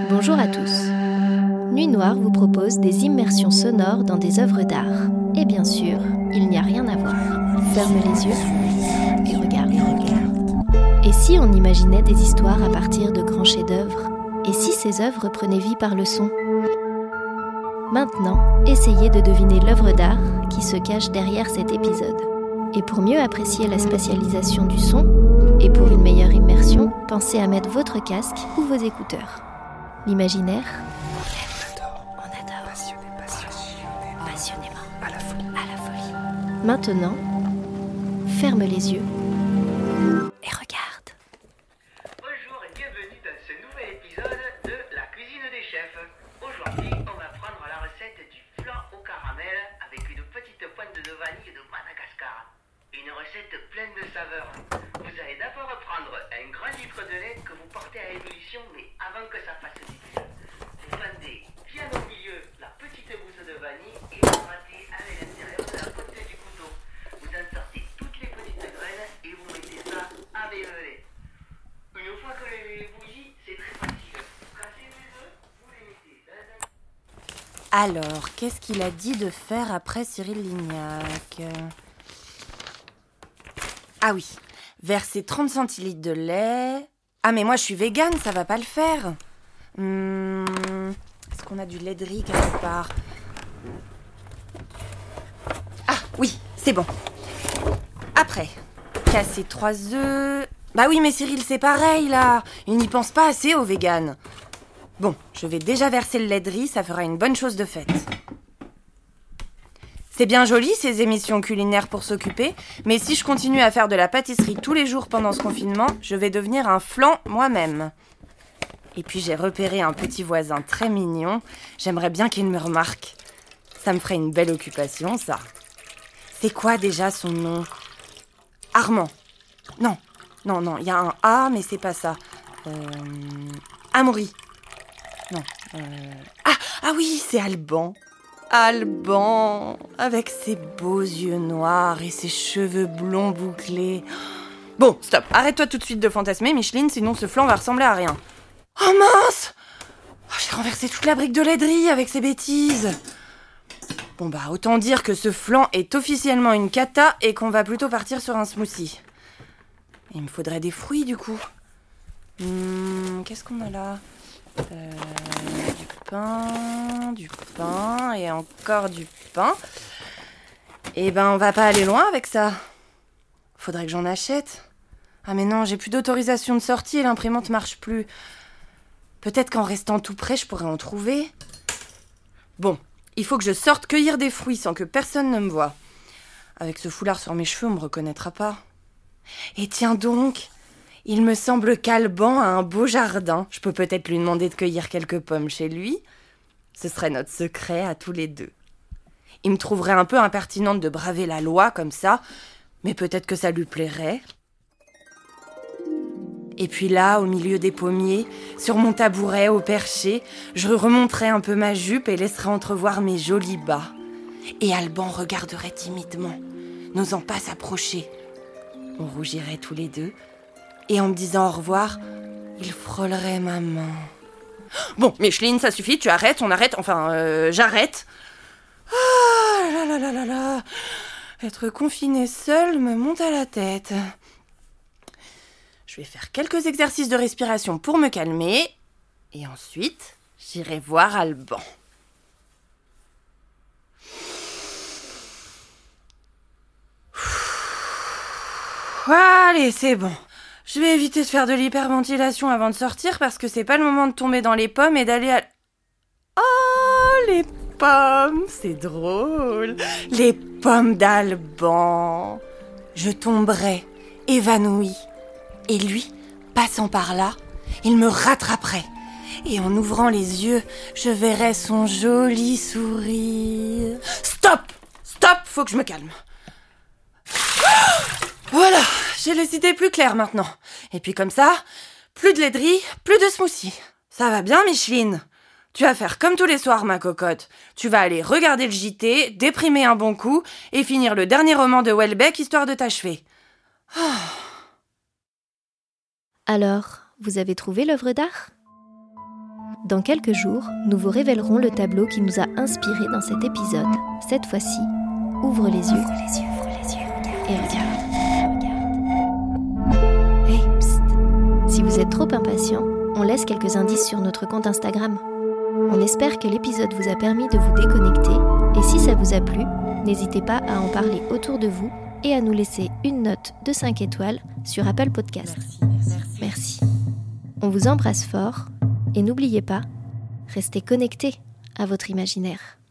Bonjour à tous. Nuit Noire vous propose des immersions sonores dans des œuvres d'art. Et bien sûr, il n'y a rien à voir. Ferme les yeux et regarde. Et si on imaginait des histoires à partir de grands chefs-d'œuvre? Et si ces œuvres prenaient vie par le son? Maintenant, essayez de deviner l'œuvre d'art qui se cache derrière cet épisode. Et pour mieux apprécier la spatialisation du son, et pour une meilleure immersion, pensez à mettre votre casque ou vos écouteurs. L'imaginaire, on adore. Passionnément. À la folie. Maintenant, ferme les yeux et regarde. Bonjour et bienvenue dans ce nouvel épisode de La cuisine des chefs. Aujourd'hui, on va prendre la recette du flan au caramel avec une petite pointe de vanille de Madagascar. Une recette pleine de saveurs. Vous allez d'abord prendre un grand litre de lait que vous portez à ébullition, mais avant que ça fasse du bulles. Vous fendez bien au milieu la petite gousse de vanille et vous battez avec l'intérieur de la pointe du couteau. Vous en sortez toutes les petites graines et vous mettez ça avec le lait. Une fois que le lait est bouilli, c'est très facile. Vous cassez les œufs, vous les mettez dans un... Alors, qu'est-ce qu'il a dit de faire après Cyril Lignac? Ah oui, verser 30 centilitres de lait. Ah mais moi je suis végane, ça va pas le faire. Est-ce qu'on a du lait de riz quelque part? Ah oui, c'est bon. Après, casser 3 œufs. Bah oui mais Cyril c'est pareil là. Il n'y pense pas assez aux véganes. Bon, je vais déjà verser le lait de riz, ça fera une bonne chose de faite. C'est bien joli ces émissions culinaires pour s'occuper, mais si je continue à faire de la pâtisserie tous les jours pendant ce confinement, je vais devenir un flan moi-même. Et puis j'ai repéré un petit voisin très mignon, j'aimerais bien qu'il me remarque. Ça me ferait une belle occupation, ça. C'est quoi déjà son nom? Armand. Non, il y a un A, mais c'est pas ça. Amaury. Non. Ah oui, c'est Alban. Alban, avec ses beaux yeux noirs et ses cheveux blonds bouclés. Bon, stop, arrête-toi tout de suite de fantasmer, Micheline, sinon ce flan va ressembler à rien. Oh mince! J'ai renversé toute la brique de lait de riz avec ces bêtises. Bon bah, autant dire que ce flan est officiellement une cata et qu'on va plutôt partir sur un smoothie. Il me faudrait des fruits du coup. Qu'est-ce qu'on a là? Du pain et encore du pain. Eh ben, on va pas aller loin avec ça. Faudrait que j'en achète. Ah mais non, j'ai plus d'autorisation de sortie et l'imprimante marche plus. Peut-être qu'en restant tout près, je pourrais en trouver. Bon, il faut que je sorte cueillir des fruits sans que personne ne me voie. Avec ce foulard sur mes cheveux, on me reconnaîtra pas. Et tiens donc, il me semble qu'Alban a un beau jardin. Je peux peut-être lui demander de cueillir quelques pommes chez lui. Ce serait notre secret à tous les deux. Il me trouverait un peu impertinente de braver la loi comme ça, mais peut-être que ça lui plairait. Et puis là, au milieu des pommiers, sur mon tabouret, au perché, je remonterais un peu ma jupe et laisserais entrevoir mes jolis bas. Et Alban regarderait timidement, n'osant pas s'approcher. On rougirait tous les deux. Et en me disant au revoir, il frôlerait ma main. Bon, Micheline, ça suffit, tu arrêtes, on arrête, j'arrête. Ah là. Être confinée seule me monte à la tête. Je vais faire quelques exercices de respiration pour me calmer. Et ensuite, j'irai voir Alban. Allez, c'est bon. Je vais éviter de faire de l'hyperventilation avant de sortir parce que c'est pas le moment de tomber dans les pommes et d'aller à... Oh, les pommes, c'est drôle. Les pommes d'Alban. Je tomberais, évanouie. Et lui, passant par là, il me rattraperait. Et en ouvrant les yeux, je verrais son joli sourire. Stop, faut que je me calme. Voilà, j'ai les idées plus claires maintenant. Et puis comme ça, plus de lait de riz, plus de smoothie. Ça va bien, Micheline? Tu vas faire comme tous les soirs, ma cocotte. Tu vas aller regarder le JT, déprimer un bon coup et finir le dernier roman de Houellebecq, histoire de t'achever. Alors, vous avez trouvé l'œuvre d'art? Dans quelques jours, nous vous révélerons le tableau qui nous a inspiré dans cet épisode. Cette fois-ci, ouvre les yeux et regarde. Hey, psst. Si vous êtes trop impatient, on laisse quelques indices sur notre compte Instagram. On espère que l'épisode vous a permis de vous déconnecter et si ça vous a plu, n'hésitez pas à en parler autour de vous et à nous laisser une note de 5 étoiles sur Apple Podcast. Merci. On vous embrasse fort et n'oubliez pas, restez connectés à votre imaginaire.